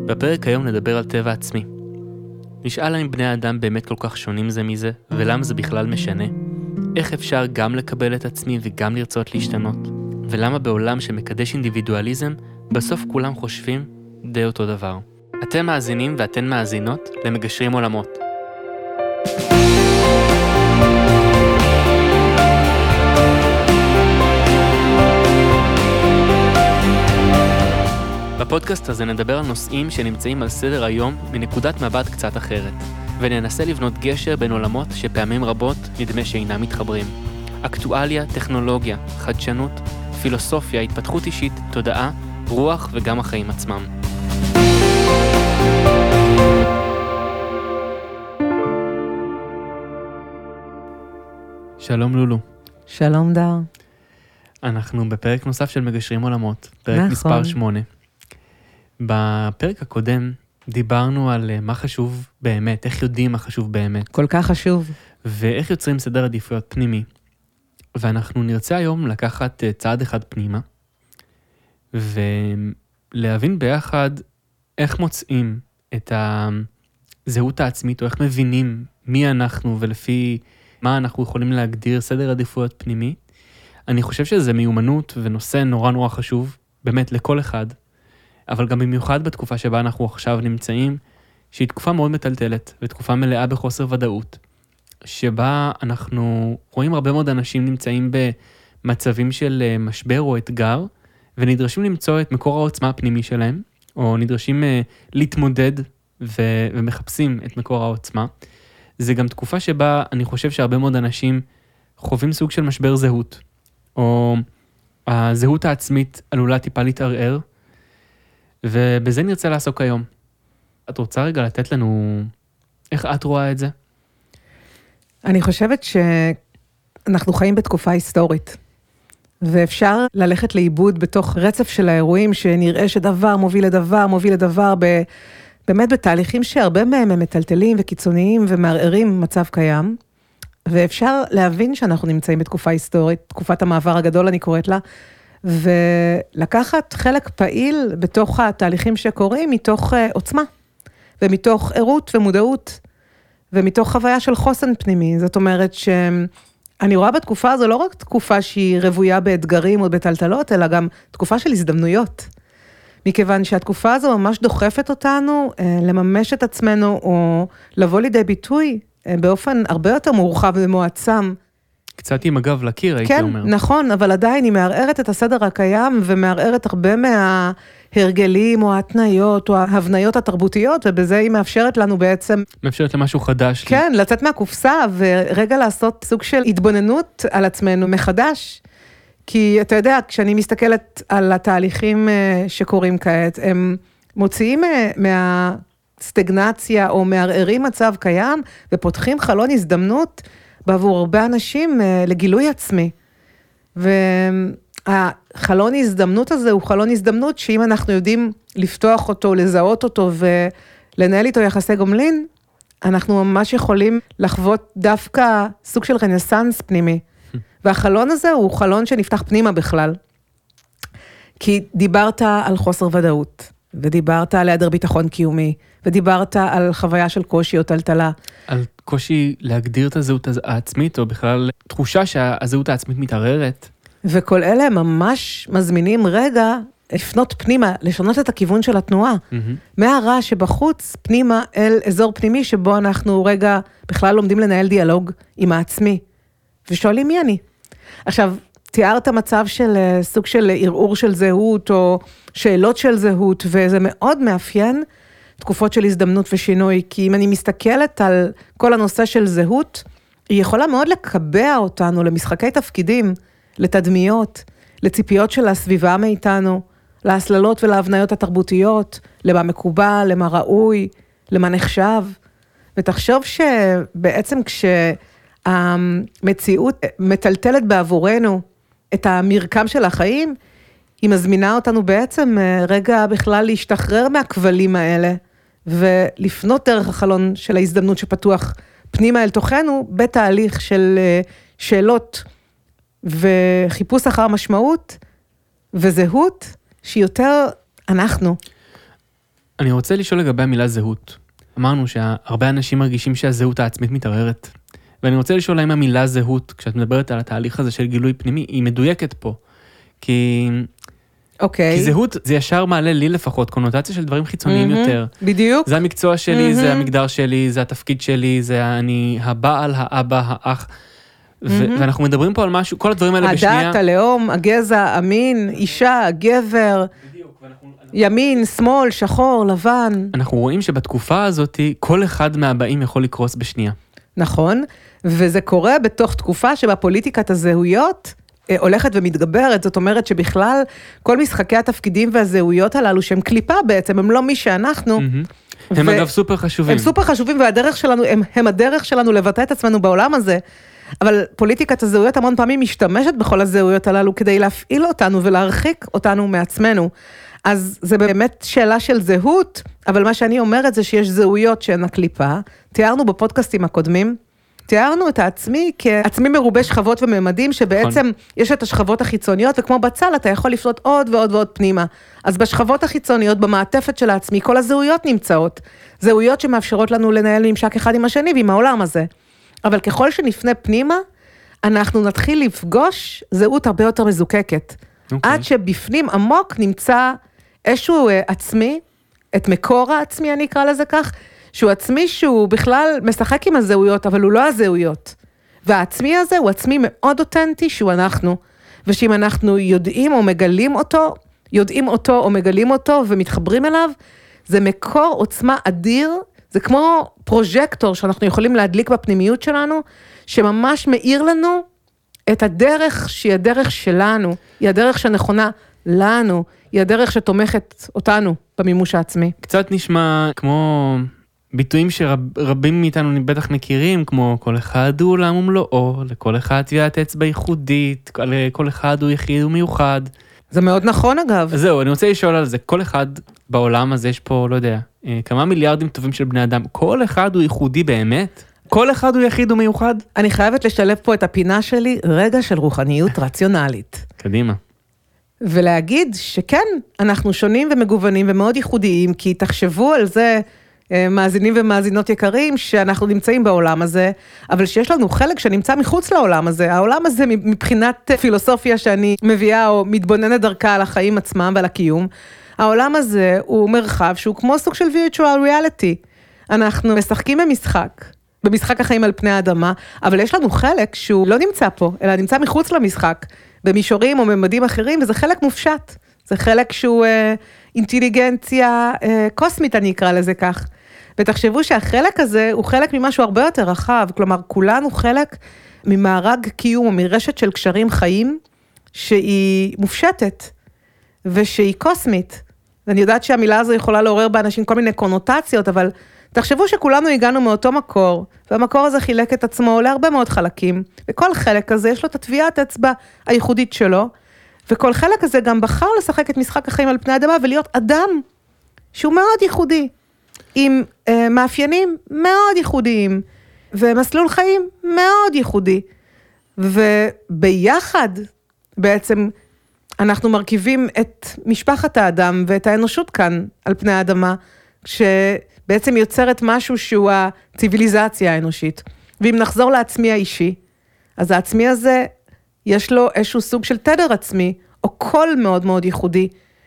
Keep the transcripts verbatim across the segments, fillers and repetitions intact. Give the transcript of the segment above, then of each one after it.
בפרק היום נדבר על טבע עצמי. נשאל האם בני האדם באמת כל כך שונים זה מזה, ולמה זה בכלל משנה? איך אפשר גם לקבל את עצמי וגם לרצות להשתנות? ולמה בעולם שמקדש אינדיבידואליזם, בסוף כולם חושבים די אותו דבר? אתם מאזינים ואתן מאזינות למגשרים עולמות. בפודקאסט הזה נדבר על נושאים שנמצאים על סדר היום מנקודת מבט קצת אחרת, וננסה לבנות גשר בין עולמות שפעמים רבות נדמה שאינם מתחברים. אקטואליה, טכנולוגיה, חדשנות, פילוסופיה, התפתחות אישית, תודעה, רוח וגם החיים עצמם. שלום לולו. שלום דר. אנחנו בפרק נוסף של מגשרים עולמות, פרק נכון. מספר שמונה. בפרק הקודם דיברנו על מה חשוב באמת, איך יודעים מה חשוב באמת. כל כך חשוב. ואיך יוצרים סדר עדיפויות פנימי. ואנחנו נרצה היום לקחת צעד אחד פנימה, ולהבין ביחד איך מוצאים את הזהות העצמית, או איך מבינים מי אנחנו ולפי מה אנחנו יכולים להגדיר סדר עדיפויות פנימי. אני חושב שזה מיומנות ונושא נורא נורא חשוב, באמת לכל אחד, אבל גם במיוחד בתקופה שבה אנחנו עכשיו נמצאים, שהיא תקופה מאוד מטלטלת, ותקופה מלאה בחוסר ודאות, שבה אנחנו רואים הרבה מאוד אנשים נמצאים במצבים של משבר או אתגר, ונדרשים למצוא את מקור העוצמה הפנימי שלהם, או נדרשים להתמודד ו- ומחפשים את מקור העוצמה. זה גם תקופה שבה אני חושב שהרבה מאוד אנשים חווים סוג של משבר זהות, או הזהות העצמית עלולה טיפה להתערער, ובזה נרצה לעסוק היום. את רוצה רגע לתת לנו איך את רואה את זה? אני חושבת שאנחנו חיים בתקופה היסטורית, ואפשר ללכת לאיבוד בתוך רצף של האירועים, שנראה שדבר מוביל לדבר, מוביל לדבר, ב... באמת בתהליכים שהרבה מהם הם מטלטלים וקיצוניים ומערערים מצב קיים, ואפשר להבין שאנחנו נמצאים בתקופה היסטורית, תקופת המעבר הגדול אני קוראת לה, ולקחת חלק פעיל בתוך התהליכים שקורים מתוך עוצמה, ומתוך ערות ומודעות, ומתוך חוויה של חוסן פנימי. זאת אומרת שאני רואה בתקופה הזו לא רק תקופה שהיא רוויה באתגרים או בטלטלות, אלא גם תקופה של הזדמנויות. מכיוון שהתקופה הזו ממש דוחפת אותנו לממש את עצמנו, או לבוא לידי ביטוי באופן הרבה יותר מורחב ומועצם. קצת עם הגב לקיר, הייתי כן, אומר. כן, נכון, אבל עדיין היא מערערת את הסדר הקיים, ומערערת הרבה מההרגלים, או ההתניות, או ההבניות התרבותיות, ובזה היא מאפשרת לנו בעצם... מאפשרת למשהו חדש. כן, לצאת מהקופסה, ורגע לעשות סוג של התבוננות על עצמנו מחדש. כי אתה יודע, כשאני מסתכלת על התהליכים שקורים כעת, הם מוציאים מהסטגנציה, או מערערים מצב קיים, ופותחים חלון הזדמנות, בעבור הרבה אנשים לגילוי עצמי. והחלון הזדמנות הזה הוא חלון הזדמנות שאם אנחנו יודעים לפתוח אותו, לזהות אותו ולנהל איתו יחסי גומלין, אנחנו ממש יכולים לחוות דווקא סוג של רנסנס פנימי. והחלון הזה הוא חלון שנפתח פנימה בכלל. כי דיברת על חוסר ודאות, ודיברת על היעדר ביטחון קיומי, ודיברת על חוויה של קושי או טלטלה. על קושי להגדיר את הזהות העצמית, או בכלל תחושה שהזהות העצמית מתערערת. וכל אלה ממש מזמינים רגע לפנות פנימה, לשנות את הכיוון של התנועה. Mm-hmm. מהרע שבחוץ, פנימה אל אזור פנימי, שבו אנחנו רגע בכלל לומדים לנהל דיאלוג עם העצמי. ושואלים מי אני. עכשיו, תיארת מצב של סוג של ערעור של זהות, או שאלות של זהות, וזה מאוד מאפיין תקופות של הזדמנות ושינוי, כי אם אני מסתכלת על כל הנושא של זהות, היא יכולה מאוד לקבע אותנו למשחקי תפקידים, לתדמיות, לציפיות של הסביבה מאיתנו, להסללות ולהבניות התרבותיות, למה מקובל, למה ראוי, למה נחשב. ותחשוב שבעצם כשהמציאות מטלטלת בעבורנו את המרקם של החיים, היא מזמינה אותנו בעצם רגע בכלל להשתחרר מהכבלים האלה, ולפנות דרך החלון של ההזדמנות שפתוח פנימה אל תוכנו, בתהליך של שאלות וחיפוש אחר משמעות וזהות, שהיא יותר אנחנו. אני רוצה לשאול לגבי המילה זהות. אמרנו שהרבה אנשים מרגישים שהזהות העצמית מתערערת. ואני רוצה לשאול האם המילה זהות, כשאת מדברת על התהליך הזה של גילוי פנימי, היא מדויקת פה. כי... אוקיי. כי זהות זה ישר מעלה לי לפחות, קונוטציה של דברים חיצוניים mm-hmm, יותר. בדיוק. זה המקצוע שלי, mm-hmm. זה המגדר שלי, זה התפקיד שלי, זה אני הבעל, האבא, האח. ו- mm-hmm. ואנחנו מדברים פה על משהו, כל הדברים האלה בשנייה. הדת, הלאום, הגזע, המין, אישה, גבר, בדיוק, ואנחנו, ימין, שמאל, שחור, לבן. אנחנו רואים שבתקופה הזאת, כל אחד מהבאים יכול לקרוס בשנייה. נכון, וזה קורה בתוך תקופה שבה פוליטיקת הזהויות הולכת ומתגברת, זאת אומרת שבכלל כל משחקי התפקידים והזהויות הללו שהם קליפה בעצם, הם לא מי שאנחנו. Mm-hmm. הם ו... אגב סופר חשובים. הם סופר חשובים והדרך שלנו, הם, הם הדרך שלנו לבטא את עצמנו בעולם הזה, אבל פוליטיקת הזהויות המון פעמים משתמשת בכל הזהויות הללו כדי להפעיל אותנו ולהרחיק אותנו מעצמנו. אז זה באמת שאלה של זהות, אבל מה שאני אומרת זה שיש זהויות שהן הקליפה. תיארנו בפודקאסטים הקודמים, תיארנו את העצמי כעצמי מרובה שכבות וממדים, שבעצם יש את השכבות החיצוניות, וכמו בצל אתה יכול לפלוט עוד ועוד ועוד פנימה. אז בשכבות החיצוניות, במעטפת של העצמי, כל הזהויות נמצאות. זהויות שמאפשרות לנו לנהל ממשק אחד עם השני ועם העולם הזה. אבל ככל שנפנה פנימה, אנחנו נתחיל לפגוש זהות הרבה יותר מזוקקת. Okay. עד שבפנים עמוק נמצא איזשהו עצמי, את מקור העצמי אני אקרא לזה כך, שהוא עצמי שהוא בכלל משחק עם הזהויות, אבל הוא לא הזהויות. והעצמי הזה הוא עצמי מאוד אותנטי שהוא אנחנו, ושאם אנחנו יודעים או מגלים אותו, יודעים אותו או מגלים אותו ומתחברים אליו, זה מקור עוצמה אדיר, זה כמו פרוז'קטור שאנחנו יכולים להדליק בפנימיות שלנו, שממש מאיר לנו את הדרך שהיא הדרך שלנו, היא הדרך שנכונה לנו, היא הדרך שתומכת אותנו במימוש העצמי. קצת נשמע כמו ביטויים שרבים מאיתנו בטח מכירים, כמו כל אחד הוא עולם ומלואו, לכל אחד טביעת אצבע ייחודית, לכל אחד הוא יחיד ומיוחד. זה מאוד נכון אגב. זהו, אני רוצה לשאול על זה, כל אחד בעולם הזה יש פה, לא יודע, כמה מיליארדים טובים של בני אדם, כל אחד הוא ייחודי באמת? כל אחד הוא יחיד ומיוחד? אני חייבת לשלב פה את הפינה שלי, רגע של רוחניות רציונלית. קדימה. ולהגיד שכן, אנחנו שונים ומגוונים ומאוד ייחודיים, כי תחשבו על זה, מאזינים ומאזינות יקרים, שאנחנו נמצאים בעולם הזה, אבל שיש לנו חלק שנמצא מחוץ לעולם הזה. העולם הזה מבחינת פילוסופיה שאני מביאה או מתבוננת דרכה על החיים עצמם ועל הקיום, העולם הזה הוא מרחב שהוא כמו סוג של virtual reality. אנחנו משחקים במשחק, במשחק החיים על פני האדמה, אבל יש לנו חלק שהוא לא נמצא פה, אלא נמצא מחוץ למשחק, במישורים או ממדים אחרים, וזה חלק מופשט. זה חלק שהוא אה, אינטליגנציה אה, קוסמית, אני אקרא לזה כך. ותחשבו שהחלק הזה הוא חלק ממשהו הרבה יותר רחב, כלומר, כולנו חלק ממארג קיום או מרשת של קשרים חיים, שהיא מופשטת, ושהיא קוסמית. ואני יודעת שהמילה הזו יכולה לעורר באנשים כל מיני קונוטציות, אבל תחשבו שכולנו הגענו מאותו מקור, והמקור הזה חילק את עצמו להרבה מאוד חלקים, וכל חלק הזה יש לו את הטביעת אצבע הייחודית שלו, וכל חלק הזה גם בחר לשחק את משחק החיים על פני האדמה, ולהיות אדם שהוא מאוד ייחודי, עם אה, מאפיינים מאוד ייחודיים, ומסלול חיים מאוד ייחודי, וביחד בעצם אנחנו מרכיבים את משפחת האדם, ואת האנושות כאן על פני האדמה, שבעצם יוצרת משהו שהוא הציביליזציה האנושית. ואם נחזור לעצמי האישי, אז העצמי הזה יש לו איזשהו סוג של תדר עצמי, או קול מאוד מאוד ייחודי,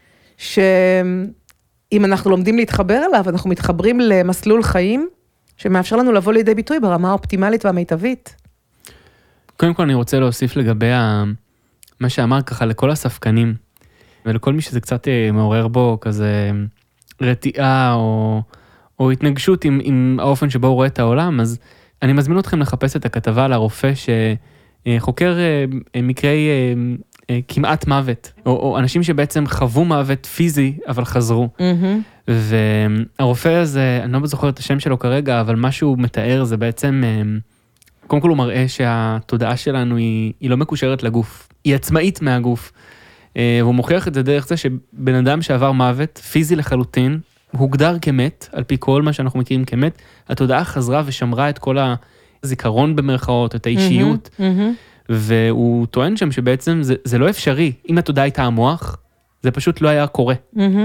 שאם אנחנו לומדים להתחבר אליו, אנחנו מתחברים למסלול חיים, שמאפשר לנו לבוא לידי ביטוי ברמה האופטימלית והמיטבית. קודם כל אני רוצה להוסיף לגבי מה שאמר ככה לכל הספקנים, ולכל מי שזה קצת מעורר בו כזה רתיעה או, או התנגשות עם, עם האופן שבו הוא רואה את העולם, אז אני מזמין אתכם לחפש את הכתבה על הרופא שחוקר מקרי כמעט מוות, או, או אנשים שבעצם חוו מוות פיזי, אבל חזרו. Mm-hmm. והרופא הזה, אני לא זוכר את השם שלו כרגע, אבל מה שהוא מתאר זה בעצם, קודם כל הוא מראה שהתודעה שלנו היא, היא לא מקושרת לגוף, היא עצמאית מהגוף. והוא מוכיח את זה דרך זה שבן אדם שעבר מוות, פיזי לחלוטין, הוגדר כמת, על פי כל מה שאנחנו מכירים כמת, התודעה חזרה ושמרה את כל הזיכרון במרכאות, את האישיות, mm-hmm, mm-hmm. והוא טוען שם שבעצם זה, זה לא אפשרי, אם התודעה הייתה המוח, זה פשוט לא היה קורה. Mm-hmm.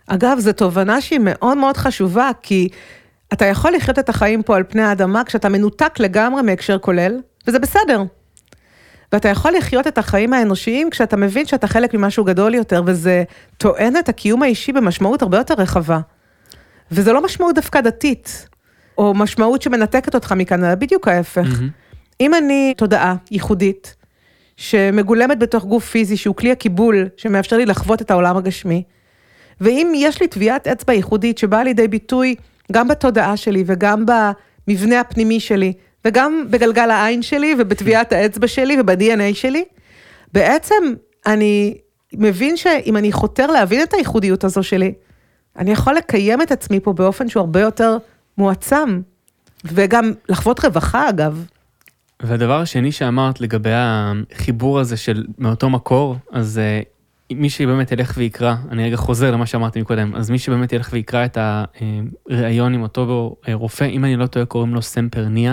אגב, זו תובנה שהיא מאוד מאוד חשובה, כי אתה יכול לחיות את החיים פה על פני האדמה, כשאתה מנותק לגמרי מהקשר כולל, וזה בסדר. ואתה יכול לחיות את החיים האנושיים, כשאתה מבין שאתה חלק ממשהו גדול יותר, וזה טוען את הקיום האישי במשמעות הרבה יותר רחבה. וזה לא משמעות דווקא דתית, או משמעות שמנתקת אותך מכאן, אלא בדיוק ההפך. Mm-hmm. אם אני תודעה ייחודית, שמגולמת בתוך גוף פיזי, שהוא כלי הקיבול, שמאפשר לי לחוות את העולם הגשמי, ואם יש לי טביעת אצבע ייחודית, שבאה לידי ביטוי גם בתודעה שלי, וגם במבנה הפנימי שלי, וגם בגלגל העין שלי, ובטביעת האצבע שלי, וב-די אן איי שלי, בעצם אני מבין שאם אני חותר להבין את הייחודיות הזו שלי, אני יכול לקיים את עצמי פה באופן שהוא הרבה יותר מועצם, וגם לחוות רווחה אגב. והדבר השני שאמרת לגבי החיבור הזה של מאותו מקור, אז מי שבאמת ילך ויקרא, אני רגע חוזר למה שאמרתי מקודם, אז מי שבאמת ילך ויקרא את הרעיון עם אותו רופא, אם אני לא טועה קוראים לו סם פרניה,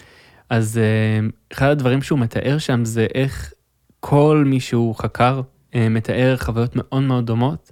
אז אחד הדברים שהוא מתאר שם זה איך כל מי שהוא חקר מתאר חוויות מאוד מאוד דומות,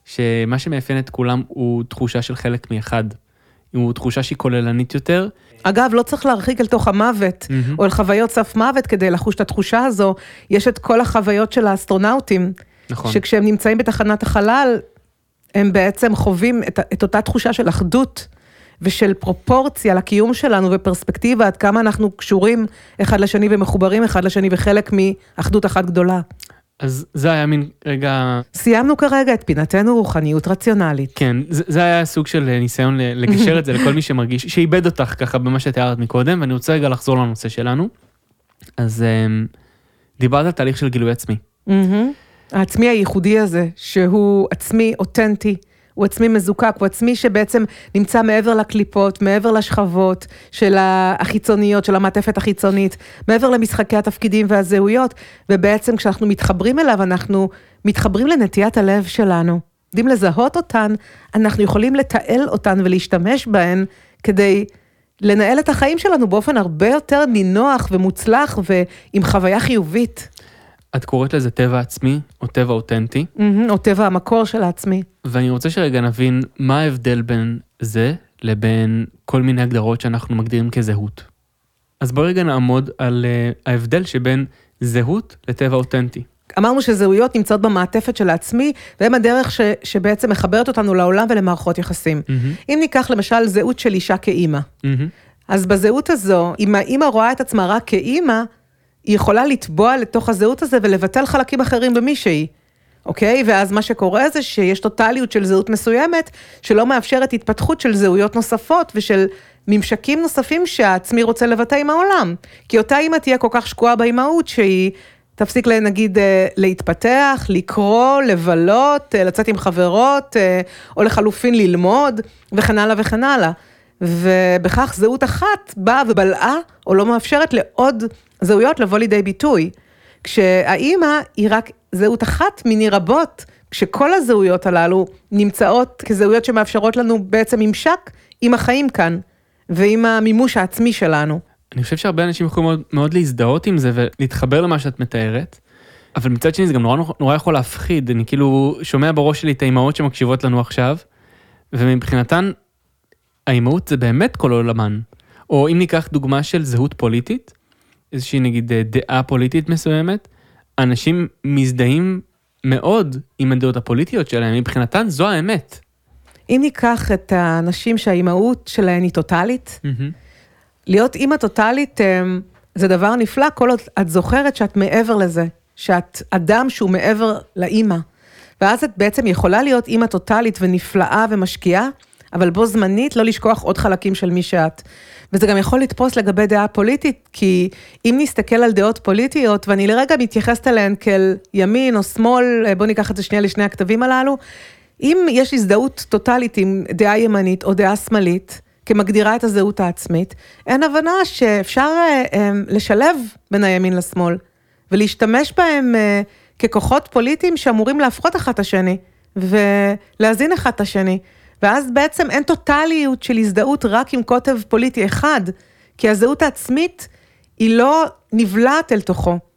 שמה שמאפיין את כולם הוא תחושה של חלק מאחד, הוא תחושה שהיא כוללנית יותר. אגב, לא צריך להרחיק אל תוך המוות, mm-hmm. או אל חוויות סף מוות כדי לחוש את התחושה הזו, יש את כל החוויות של האסטרונאוטים, נכון. שכשהם נמצאים בתחנת החלל, הם בעצם חווים את, את אותה תחושה של אחדות, ושל פרופורציה לקיום שלנו, ופרספקטיבה עד כמה אנחנו קשורים אחד לשני ומחוברים אחד לשני, וחלק מאחדות אחת גדולה. אז זה היה מין רגע... סיימנו כרגע את פינתנו רוחניות רציונלית. כן, זה, זה היה סוג של ניסיון לגשר את זה לכל מי שמרגיש, שאיבד אותך ככה במה שתיארת מקודם, ואני רוצה רגע לחזור לנושא שלנו. אז דיברת על תהליך של גילוי עצמי. העצמי הייחודי הזה, שהוא עצמי אותנטי, הוא עצמי מזוקק, הוא עצמי שבעצם נמצא מעבר לקליפות, מעבר לשכבות של החיצוניות, של המעטפת החיצונית, מעבר למשחקי התפקידים והזהויות, ובעצם כשאנחנו מתחברים אליו, אנחנו מתחברים לנטיית הלב שלנו. יודעים לזהות אותן, אנחנו יכולים לתעל אותן ולהשתמש בהן, כדי לנהל את החיים שלנו באופן הרבה יותר נינוח ומוצלח, ועם חוויה חיובית. את קוראת לזה טבע עצמי, או טבע אותנטי. או טבע המקור של העצמי. ואני רוצה שרגע נבין מה ההבדל בין זה, לבין כל מיני הגדרות שאנחנו מגדירים כזהות. אז בוא רגע נעמוד על uh, ההבדל שבין זהות לטבע אותנטי. אמרנו שזהויות נמצאות במעטפת של העצמי, והם הדרך ש, שבעצם מחברת אותנו לעולם ולמערכות יחסים. Mm-hmm. אם ניקח למשל זהות של אישה כאימא, mm-hmm. אז בזהות הזו, אם האימא רואה את עצמה רק כאימא, היא יכולה לטבוע לתוך הזהות הזה ולבטל חלקים אחרים במישהי, אוקיי? ואז מה שקורה זה שיש טוטליות של זהות מסוימת, שלא מאפשרת התפתחות של זהויות נוספות ושל ממשקים נוספים שהעצמי רוצה לבטא עם העולם. כי אותה אימא תהיה כל כך שקועה באימהות שהיא תפסיק נגיד להתפתח, לקרוא, לבלות, לצאת עם חברות, או לחלופין ללמוד, וכן הלאה וכן הלאה. ובכך זהות אחת באה ובלעה, או לא מאפשרת לעוד זהויות לבוא לידי ביטוי. כשהאימא היא רק זהות אחת מיני רבות, כשכל הזהויות הללו נמצאות כזהויות שמאפשרות לנו בעצם ממשק עם החיים כאן, ועם המימוש העצמי שלנו. אני חושב שהרבה אנשים יכולים מאוד, מאוד להזדהות עם זה, ולהתחבר למה שאת מתארת, אבל מצד שני זה גם נורא, נורא יכול להפחיד, אני כאילו שומע בראש שלי את האימהות שמקשיבות לנו עכשיו, ומבחינתן, האימהות זה באמת כל עולמן. או אם ניקח דוגמה של זהות פוליטית, איזושהי נגיד דעה פוליטית מסוימת, אנשים מזדהים מאוד עם הדעות הפוליטיות שלהם, מבחינתן זו האמת. אם ניקח את האנשים שהאימהות שלהן היא טוטלית, mm-hmm. להיות אימא טוטלית זה דבר נפלא, כל עוד את זוכרת שאת מעבר לזה, שאת אדם שהוא מעבר לאימא, ואז את בעצם יכולה להיות אימא טוטלית ונפלאה ומשקיעה, אבל בו זמנית לא לשכוח עוד חלקים של מי שאת. וזה גם יכול לתפוס לגבי דעה פוליטית, כי אם נסתכל על דעות פוליטיות, ואני לרגע מתייחסת אליהן כאל ימין או שמאל, בוא ניקח את זה שנייה לשני הכתבים הללו, אם יש הזדהות טוטלית עם דעה ימנית או דעה שמאלית, כמגדירה את הזהות העצמית, אין הבנה שאפשר לשלב בין הימין לשמאל, ולהשתמש בהם ככוחות פוליטיים שאמורים להפחות אחד את השני, ולהזין אחד את השני. ואז בעצם אין טוטליות של הזדהות רק עם כותב פוליטי אחד, כי הזהות העצמית היא לא נבלעת אל תוכו.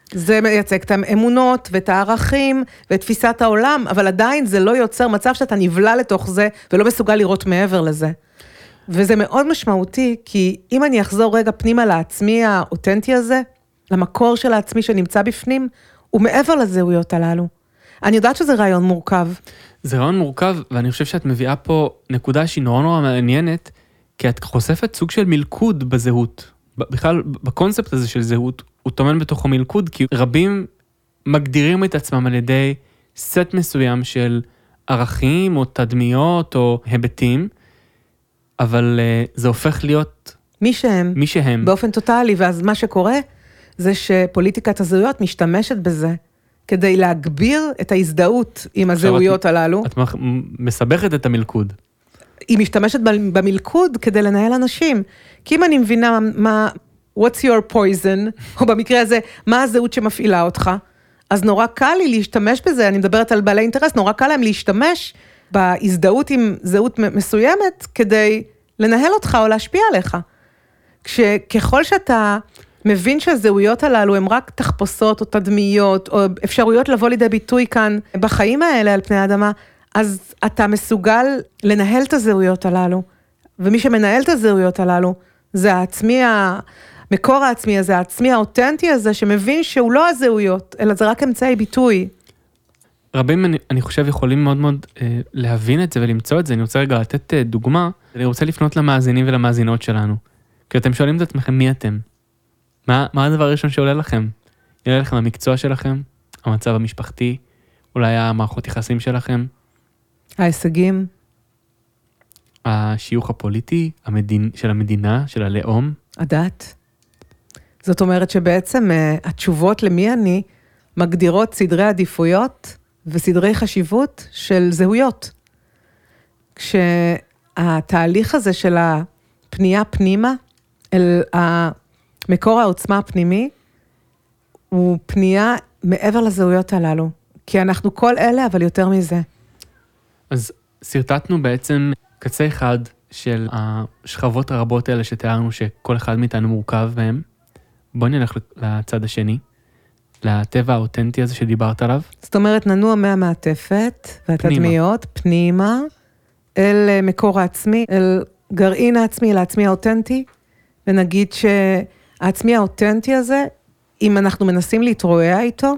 זה מייצג את האמונות ואת הערכים ואת תפיסת העולם, אבל עדיין זה לא יוצר מצב שאתה נבלה לתוך זה, ולא מסוגל לראות מעבר לזה. וזה מאוד משמעותי, כי אם אני אחזור רגע פנימה לעצמי האותנטי הזה, למקור של העצמי שנמצא בפנים, הוא מעבר לזהויות הללו. אני יודעת שזה רעיון מורכב. זה רעיון מורכב, ואני חושב שאת מביאה פה נקודה שהיא נורא נורא מעניינת, כי את חושפת סוג של מלכוד בזהות. בכלל, בקונספט הזה של זהות, הוא טומן בתוכו מלכוד, כי רבים מגדירים את עצמם על ידי סט מסוים של ערכים, או תדמיות, או היבטים, אבל uh, זה הופך להיות... מי שהם. מי שהם. באופן טוטלי, ואז מה שקורה, זה שפוליטיקת הזהויות משתמשת בזה, כדי להגביר את ההזדהות עם הזהויות את, הללו. את מסבכת את המלכוד. היא משתמשת במלכוד כדי לנהל אנשים. כי אם אני מבינה מה, what's your poison, או במקרה הזה, מה הזהות שמפעילה אותך, אז נורא קל לי להשתמש בזה, אני מדברת על בעלי אינטרס, נורא קל להם להשתמש בהזדהות עם זהות מסוימת, כדי לנהל אותך או להשפיע עליך. כשככל שאתה מבין שהזהויות הללו הן רק תחפושות או תדמיות, או אפשרויות לבוא לידי ביטוי כאן בחיים האלה על פני האדמה, אז אתה מסוגל לנהל את הזהויות הללו, ומי שמנהל את הזהויות הללו, זה העצמי, המקור העצמי הזה, העצמי האותנטי הזה, שמבין שהוא לא הזהויות, אלא זה רק אמצעי ביטוי. רבים, אני, אני חושב, יכולים מאוד מאוד אה, להבין את זה ולמצוא את זה. אני רוצה רגע לתת אה, דוגמה, אני רוצה לפנות למאזינים ולמאזינות שלנו. כי אתם שואלים את עצמכם, מי אתם? מה, מה הדבר הראשון שעולה לכם? יעלה לכם המקצוע שלכם, המצב המשפחתי, אולי המערכות יחסים שלכם, ההישגים, השיוך הפוליטי, המדין, של המדינה, של הלאום. הדת. זאת אומרת שבעצם התשובות למי אני מגדירות סדרי עדיפויות וסדרי חשיבות של זהויות. כשהתהליך הזה של הפנייה פנימה אל המקור העוצמה הפנימי, הוא פנייה מעבר לזהויות הללו. כי אנחנו כל אלה, אבל יותר מזה. אז סרטטנו בעצם קצה אחד של השכבות הרבות האלה שתיארנו שכל אחד מאיתנו מורכב בהם. בוא נלך לצד השני, לטבע האותנטי הזה שדיברת עליו. זאת אומרת, ננוע מהמעטפת והתדמיות, פנימה, פנימה אל מקור העצמי, אל גרעין העצמי, לעצמי האותנטי, ונגיד שהעצמי האותנטי הזה, אם אנחנו מנסים להתרועע איתו,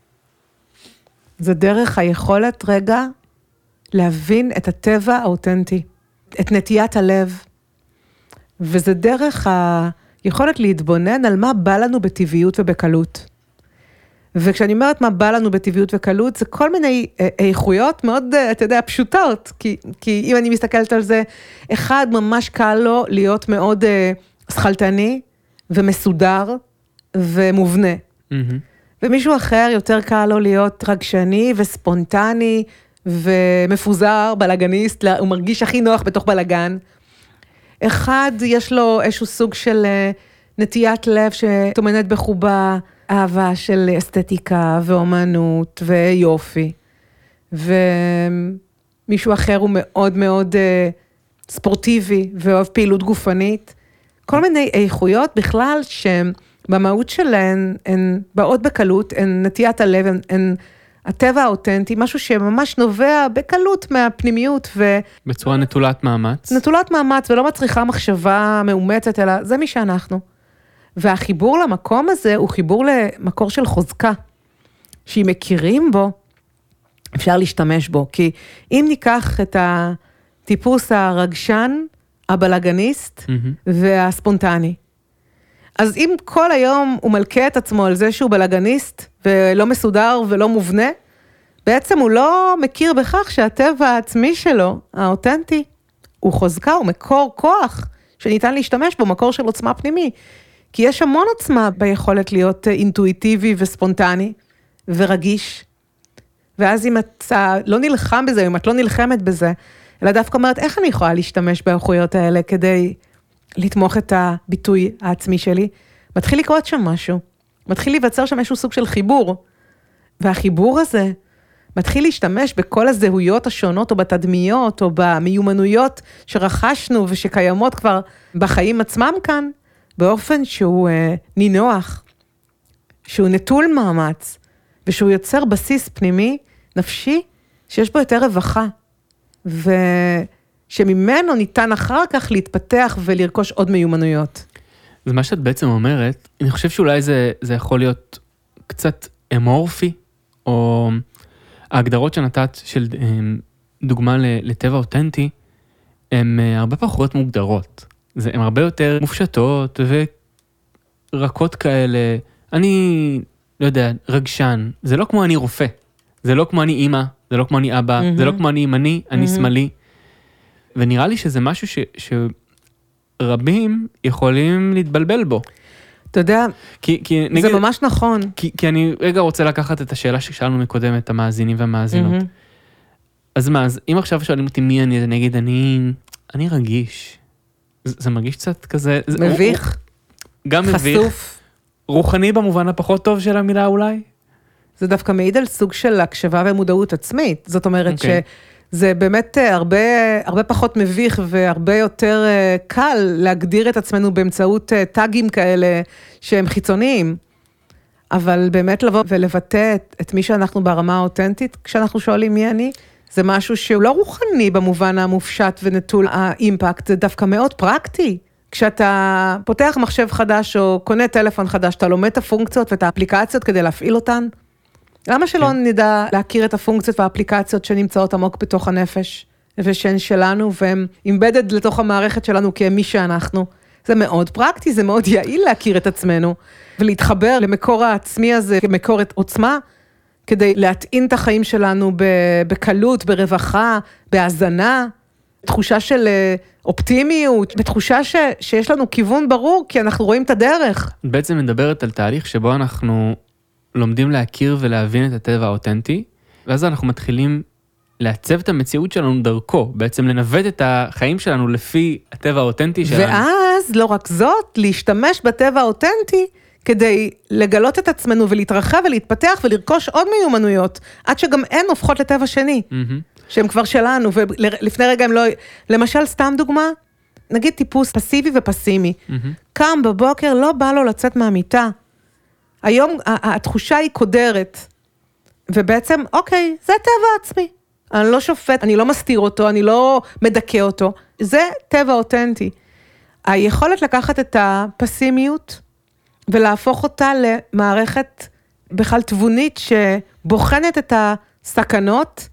זה דרך היכולת רגע להבין את הטבע האותנטי, את נטיית הלב, וזה דרך היכולת להתבונן על מה בא לנו בטבעיות ובקלות. וכשאני אומרת מה בא לנו בטבעיות וקלות, זה כל מיני איכויות מאוד, אתה יודע, פשוטות, כי, כי אם אני מסתכלת על זה, אחד ממש קל לו להיות מאוד שכלתני ומסודר ומובנה. Mm-hmm. ומישהו אחר יותר קל לו להיות רגשני וספונטני ומפוזר, בלגניסט, הוא מרגיש הכי נוח בתוך בלגן. אחד יש לו איזשהו סוג של נטיית לב שתומנת בחובה, אהבה של אסתטיקה ואומנות ויופי. ומישהו אחר הוא מאוד מאוד ספורטיבי ואוהב פעילות גופנית. כל מיני איכויות בכלל שבמהות שלהן הן באות בקלות, הן נטיית הלב, הן, הן הטבע האותנטי, משהו שממש נובע בקלות מהפנימיות. ו... בצורה נטולת מאמץ. נטולת מאמץ ולא מצריכה מחשבה מאומצת, אלא זה מי שאנחנו. והחיבור למקום הזה הוא חיבור למקור של חוזקה, שאם מכירים בו, אפשר להשתמש בו. כי אם ניקח את הטיפוס הרגשן, הבלגניסט mm-hmm. והספונטני, אז אם כל היום הוא מלכה את עצמו על זה שהוא בלגניסט, ולא מסודר ולא מובנה, בעצם הוא לא מכיר בכך שהטבע העצמי שלו, האותנטי, הוא חוזקה, הוא מקור כוח, שניתן להשתמש בו, מקור של עוצמה פנימי. כי יש המון עוצמה ביכולת להיות אינטואיטיבי וספונטני ורגיש. ואז אם אתה לא נלחם בזה, אם את לא נלחמת בזה, אלא דווקא אומרת, איך אני יכולה להשתמש באיכויות האלה כדי לתמוך את הביטוי העצמי שלי? מתחיל לקרות שם משהו. מתחיל להיווצר שם איזשהו סוג של חיבור. והחיבור הזה מתחיל להשתמש בכל הזהויות השונות או בתדמיות או במיומנויות שרכשנו ושקיימות כבר בחיים עצמם כאן, באופן שהוא אה, נינוח שהוא נטול מאמץ, ושהוא יוצר בסיס פנימי, נפשי, שיש בו יותר רווחה, ושממנו ניתן אחר כך להתפתח ולרכוש עוד מיומנויות. אז מה שאת בעצם אומרת, אני חושב שאולי זה, זה יכול להיות קצת אמורפי, או ההגדרות שנתת של דוגמה לטבע אותנטי, הן הרבה פחות מוגדרות. הן הרבה יותר מופשטות ורקות כאלה. אני, לא יודע, רגשן. זה לא כמו אני רופא. זה לא כמו אני אימא, זה לא כמו אני אבא, mm-hmm. זה לא כמו אני ימני, אני mm-hmm. שמאלי. ונראה לי שזה משהו ש, שרבים יכולים להתבלבל בו. אתה יודע, כי, כי, זה נגיד, ממש נכון. כי, כי אני רגע רוצה לקחת את השאלה ששאלנו מקודם, את המאזינים והמאזינות. Mm-hmm. אז מה, אז אם עכשיו שואלים אותי מי אני, אני אגיד, אני, אני רגיש. זה, זה מרגיש קצת כזה... מביך. הוא, גם חשוף. מביך. רוחני במובן הפחות טוב של המילה אולי. זה דווקא מעיד על סוג של הקשבה ומודעות עצמית. זאת אומרת Okay. שזה באמת הרבה, הרבה פחות מביך והרבה יותר קל להגדיר את עצמנו באמצעות טאגים כאלה שהם חיצוניים. אבל באמת לבוא ולבטא את, את מי שאנחנו ברמה האותנטית, כשאנחנו שואלים מי אני, זה משהו שהוא לא רוחני במובן המופשט ונטול האימפקט, זה דווקא מאוד פרקטי. כשאתה פותח מחשב חדש או קונה טלפון חדש, אתה לומד את הפונקציות ואת האפליקציות כדי להפעיל אותן. למה שלא כן. נדע להכיר את הפונקציות והאפליקציות שנמצאות עמוק בתוך הנפש, ושהן שלנו, והן אימבדד לתוך המערכת שלנו כמי שאנחנו. זה מאוד פרקטי, זה מאוד יעיל להכיר את עצמנו, ולהתחבר למקור העצמי הזה, כמקור עוצמה, כדי להטעין את החיים שלנו בקלות, ברווחה, בהזנה, תחושה של אופטימיות, בתחושה ש, שיש לנו כיוון ברור, כי אנחנו רואים את הדרך. בעצם מדברת על תהליך שבו אנחנו לומדים להכיר ולהבין את הטבע האותנטי, ואז אנחנו מתחילים לעצב את המציאות שלנו דרכו, בעצם לנווט את החיים שלנו לפי הטבע האותנטי שלנו. ואז, לא רק זאת, להשתמש בטבע האותנטי, כדי לגלות את עצמנו ולהתרחב ולהתפתח ולרכוש עוד מיומנויות, עד שגם הן הופכות לטבע שני, שהן כבר שלנו, ולפני רגע הם לא... למשל, סתם דוגמה, נגיד טיפוס פסיבי ופסימי, קם בבוקר, לא בא לו לצאת מהמיטה, היום התחושה היא קודרת, ובעצם, אוקיי, זה טבע עצמי, אני לא שופט, אני לא מסתיר אותו, אני לא מדכא אותו, זה טבע אותנטי. היכולת לקחת את הפסימיות, ולהפוך אותה למערכת בכלל תבונית שבוחנת את הסכנות,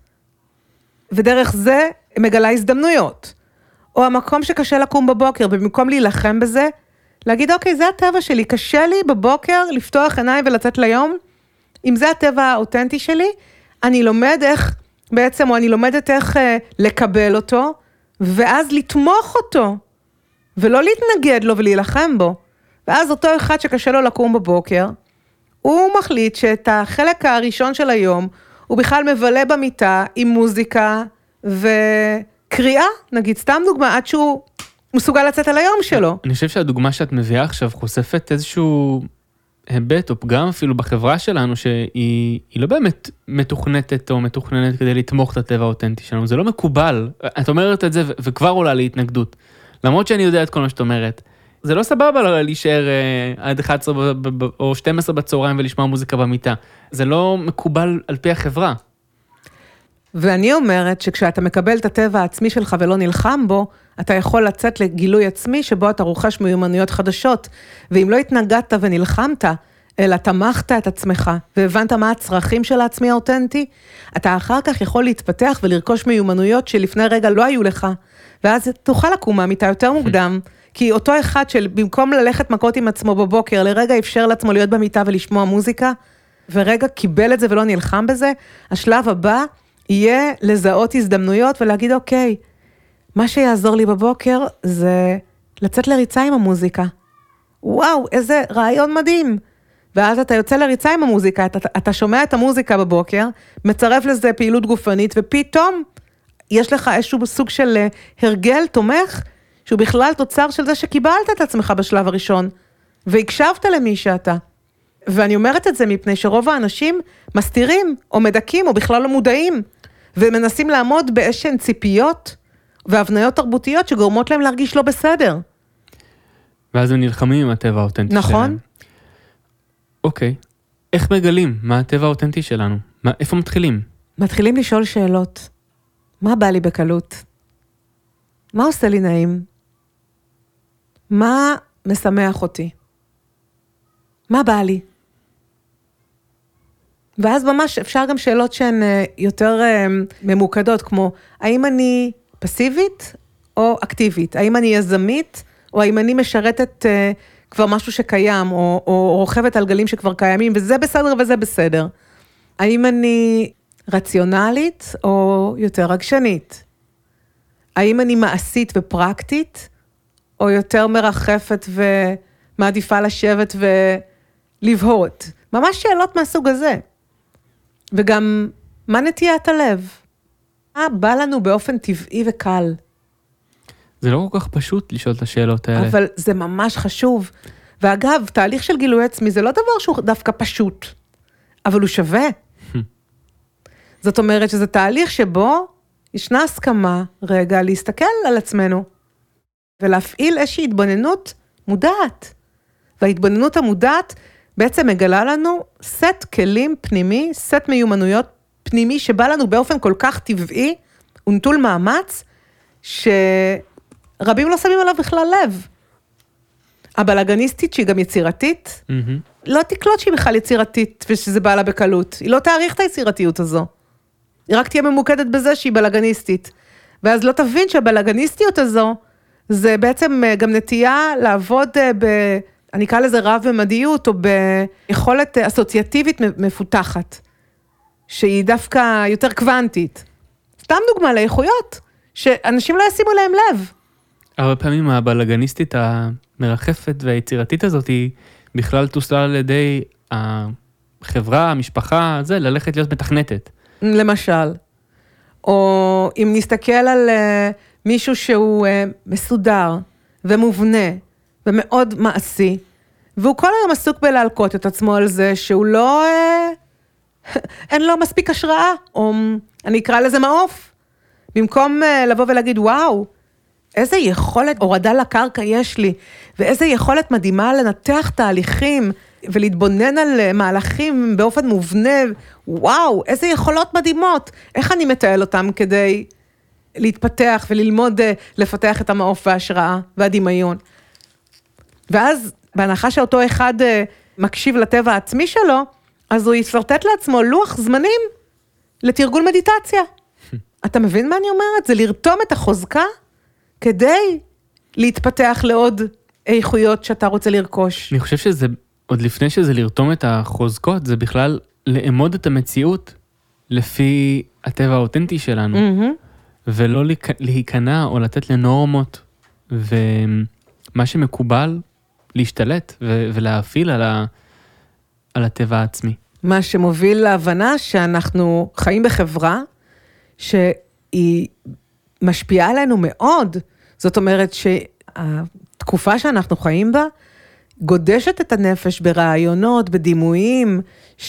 ודרך זה מגלה הזדמנויות. או המקום שקשה לקום בבוקר, ובמקום להילחם בזה, להגיד, אוקיי, זה הטבע שלי, קשה לי בבוקר לפתוח עיניים ולצאת ליום, אם זה הטבע האותנטי שלי, אני לומד איך, בעצם, או אני לומדת איך אה, לקבל אותו, ואז לתמוך אותו, ולא להתנגד לו ולהילחם בו. ואז אותו אחד שקשה לו לקום בבוקר, הוא מחליט שאת החלק הראשון של היום, הוא בכלל מבלה במיטה עם מוזיקה וקריאה, נגיד סתם דוגמה, עד שהוא מסוגל לצאת על היום שלו. אני חושב שהדוגמה שאת מביאה עכשיו חושפת איזשהו היבט או פגם אפילו בחברה שלנו, שהיא לא באמת מתוכנתת או מתוכננת כדי לתמוך את הטבע האותנטי שלנו, זה לא מקובל. את אומרת את זה וכבר עולה להתנגדות. למרות שאני יודע את כל מה שאת אומרת. זה לא סבבה להישאר עד אחת עשרה או שתים עשרה בצהריים ולשמוע מוזיקה במיטה. זה לא מקובל על פי החברה. ואני אומרת שכשאתה מקבל את הטבע העצמי שלך ולא נלחם בו, אתה יכול לצאת לגילוי עצמי שבו אתה רוכש מיומנויות חדשות. ואם לא התנגדת ונלחמת, אלא תמכת את עצמך והבנת מה הצרכים של העצמי האותנטי, אתה אחר כך יכול להתפתח ולרכוש מיומנויות שלפני רגע לא היו לך. ואז תוכל לקום מהמיטה יותר מוקדם. כי אותו אחד של במקום ללכת מכות עם עצמו בבוקר, לרגע אפשר לעצמו להיות במיטה ולשמוע מוזיקה, ורגע קיבל את זה ולא נלחם בזה, השלב הבא יהיה לזהות הזדמנויות ולהגיד, אוקיי, מה שיעזור לי בבוקר זה לצאת לריצה עם המוזיקה. וואו, איזה רעיון מדהים. ואז אתה יוצא לריצה עם המוזיקה, אתה, אתה שומע את המוזיקה בבוקר, מצרף לזה פעילות גופנית, ופתאום יש לך איזשהו סוג של הרגל תומך, שהוא בכלל תוצר של זה שקיבלת את עצמך בשלב הראשון, והקשבת למי שאתה. ואני אומרת את זה מפני שרוב האנשים מסתירים, או מדקים, או בכלל לא מודעים, ומנסים לעמוד באיזשהן ציפיות, והבניות תרבותיות שגורמות להם להרגיש לא בסדר. ואז הם נלחמים עם הטבע האותנטי שלהם. נכון. אוקיי, איך מגלים? מה הטבע האותנטי שלנו? מה, איפה מתחילים? מתחילים לשאול שאלות. מה בא לי בקלות? מה עושה לי נעים? מה משמח אותי? מה בא לי? ואז ממש אפשר גם שאלות שהן יותר ממוקדות, כמו האם אני פסיבית או אקטיבית? האם אני יזמית או האם אני משרתת כבר משהו שקיים, או, או רוכבת על גלים שכבר קיימים, וזה בסדר וזה בסדר. האם אני רציונלית או יותר רגשנית? האם אני מעשית ופרקטית, או יותר מרחפת ומעדיפה לשבת ולבהות? ממש שאלות מהסוג הזה. וגם, מה נטיית הלב? מה בא לנו באופן טבעי וקל? זה לא כל כך פשוט לשאול את השאלות האלה. אבל זה ממש חשוב. ואגב, תהליך של גילוי עצמי זה לא דבר שהוא דווקא פשוט, אבל הוא שווה. זאת אומרת שזה תהליך שבו ישנה הסכמה רגע להסתכל על עצמנו, ולהפעיל איזושהי התבוננות מודעת. וההתבוננות המודעת בעצם מגלה לנו סט כלים פנימי, סט מיומנויות פנימי שבא לנו באופן כל כך טבעי, ונטול מאמץ, שרבים לא שמים עליו בכלל לב. הבלגניסטית שהיא גם יצירתית, mm-hmm. לא תקלוט שהיא בכלל יצירתית ושזה בא לה בקלות. היא לא תאריך את היצירתיות הזו. היא רק תהיה ממוקדת בזה שהיא בלגניסטית. ואז לא תבין שהבלגניסטיות הזו, זה בעצם גם נטייה לעבוד ב... אני אקרא לזה רב-ממדיות, או ביכולת אסוציאטיבית מפותחת, שהיא דווקא יותר קוונטית. סתם דוגמה לאיכויות, שאנשים לא ישימו להם לב. הרבה פעמים הבלגניסטית המרחפת והיצירתית הזאת, היא בכלל תוסלל על ידי החברה, המשפחה, זה, ללכת להיות מתכנתת. למשל. או אם נסתכל על מישהו שהוא מסודר ומובנה, ומאוד מעשי, והוא כל היום עסוק בלהלקות את עצמו על זה, שהוא לא, אין לו מספיק השראה, או אני אקרא לזה מעוף, במקום לבוא ולהגיד, וואו, איזה יכולת הורדה לקרקע יש לי, ואיזה יכולת מדהימה לנתח תהליכים, ולהתבונן על מהלכים באופן מובנה, וואו, איזה יכולות מדהימות, איך אני מתעל אותם כדי להתפתח וללמוד לפתח את המעוף וההשראה והדמיון. ואז בהנחה שאותו אחד מקשיב לטבע העצמי שלו, אז הוא יסרטט לעצמו לוח זמנים לתרגול מדיטציה. אתה מבין מה אני אומרת? זה לרתום את החוזקה כדי להתפתח לעוד איכויות שאתה רוצה לרכוש. אני חושב שזה, עוד לפני שזה לרתום את החוזקות, זה בכלל לאמוד את המציאות לפי הטבע האותנטי שלנו, mm-hmm. ולא להיכנע או לתת לנורמות, ומה שמקובל להשתלט ו- ולהפעיל על, ה- על הטבע העצמי. מה שמוביל להבנה שאנחנו חיים בחברה, שהיא משפיעה עלינו מאוד, זאת אומרת שהתקופה שאנחנו חיים בה, גודשת את הנפש ברעיונות, בדימויים,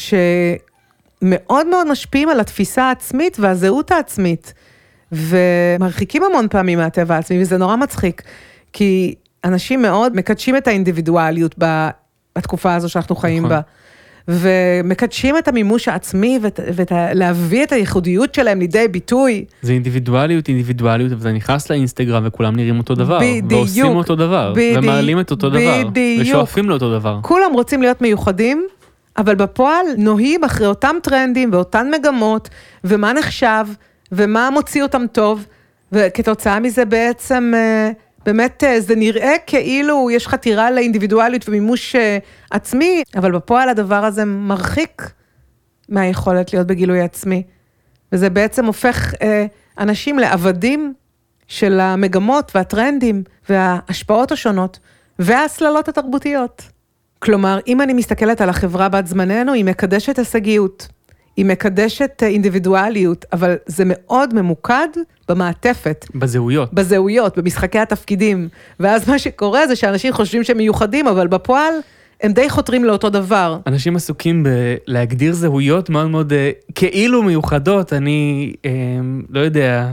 שמאוד מאוד משפיעים על התפיסה העצמית והזהות העצמית, ומרחיקים המון פעמים מהטבע העצמי, וזה נורא מצחיק, כי אנשים מאוד מקדשים את האינדיבידואליות בתקופה הזו שאנחנו חיים בה, ומקדשים את המימוש העצמי, ולהביא את הייחודיות שלהם לידי ביטוי. זה אינדיבידואליות, אינדיבידואליות, וזה נכנס לאינסטגרם, וכולם נראים אותו דבר, ועושים אותו דבר, ומעלים את אותו דבר, ושואפים לאותו דבר. כולם רוצים להיות מיוחדים, אבל בפועל נוהים אחרי אותם טרנדים, ואותן מגמות, ומה נחשב, ומה מוציא אותם טוב, וכתוצאה מזה בעצם באמת זה נראה כאילו יש חתירה לאינדיבידואליות ומימוש עצמי, אבל בפועל הדבר הזה מרחיק מהיכולת להיות בגילוי עצמי. וזה בעצם הופך אנשים לעבדים של המגמות והטרנדים וההשפעות השונות וההסללות התרבותיות. כלומר, אם אני מסתכלת על החברה בת זמננו, היא מקדשת הישגיות, היא מקדשת אינדיבידואליות, אבל זה מאוד ממוקד במעטפת. בזהויות. בזהויות, במשחקי התפקידים. ואז מה שקורה זה שאנשים חושבים שהם מיוחדים, אבל בפועל הם די חותרים לאותו דבר. אנשים עסוקים בלהגדיר זהויות מאוד מאוד כאילו מיוחדות, אני אה, לא יודע.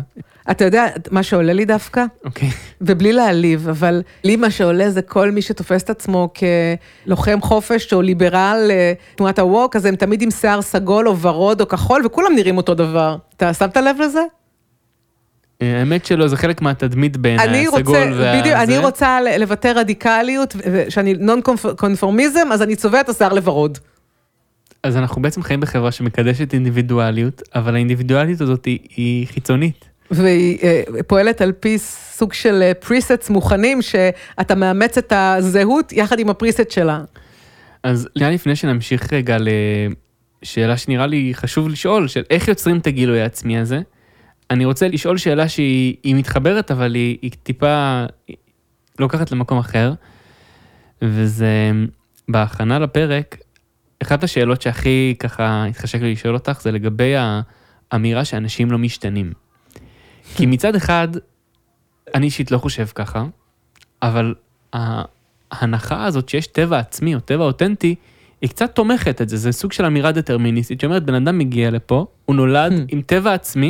אתה יודע מה שעולה לי דווקא? אוקיי. ובלי להעליב, אבל לי מה שעולה זה כל מי שתופס את עצמו כלוחם חופש או ליברל תנועת הווק, אז הם תמיד עם שיער סגול או ורוד או כחול, וכולם נראים אותו דבר. אתה שמת לב לזה? האמת שלא, זה חלק מהתדמית בעיניי, הסגול וה... בדיוק, אני רוצה לבטא רדיקליות, שאני נון קונפורמיזם, אז אני צובע את השיער לוורוד. אז אנחנו בעצם חיים בחברה שמקדשת אינדיבידואליות, אבל האינדיבידואליות הזאת היא, היא חיצונית. והיא פועלת על פי סוג של פריסטס מוכנים, שאתה מאמץ את הזהות יחד עם הפריסט שלה. אז לפני שנמשיך רגע לשאלה שנראה לי חשוב לשאול, של איך יוצרים את הגילוי העצמי הזה, אני רוצה לשאול שאלה שהיא מתחברת, אבל היא, היא טיפה לוקחת למקום אחר, וזה בהכנה לפרק, אחת השאלות שהכי ככה התחשק לי לשאול אותך, זה לגבי האמירה שאנשים לא משתנים. כי מצד אחד, אני אישית לא חושב ככה, אבל ההנחה הזאת שיש טבע עצמי או טבע אותנטי, היא קצת תומכת את זה, זה סוג של אמירה דטרמיניסטית, שאומרת, בן אדם מגיע לפה, הוא נולד עם טבע עצמי,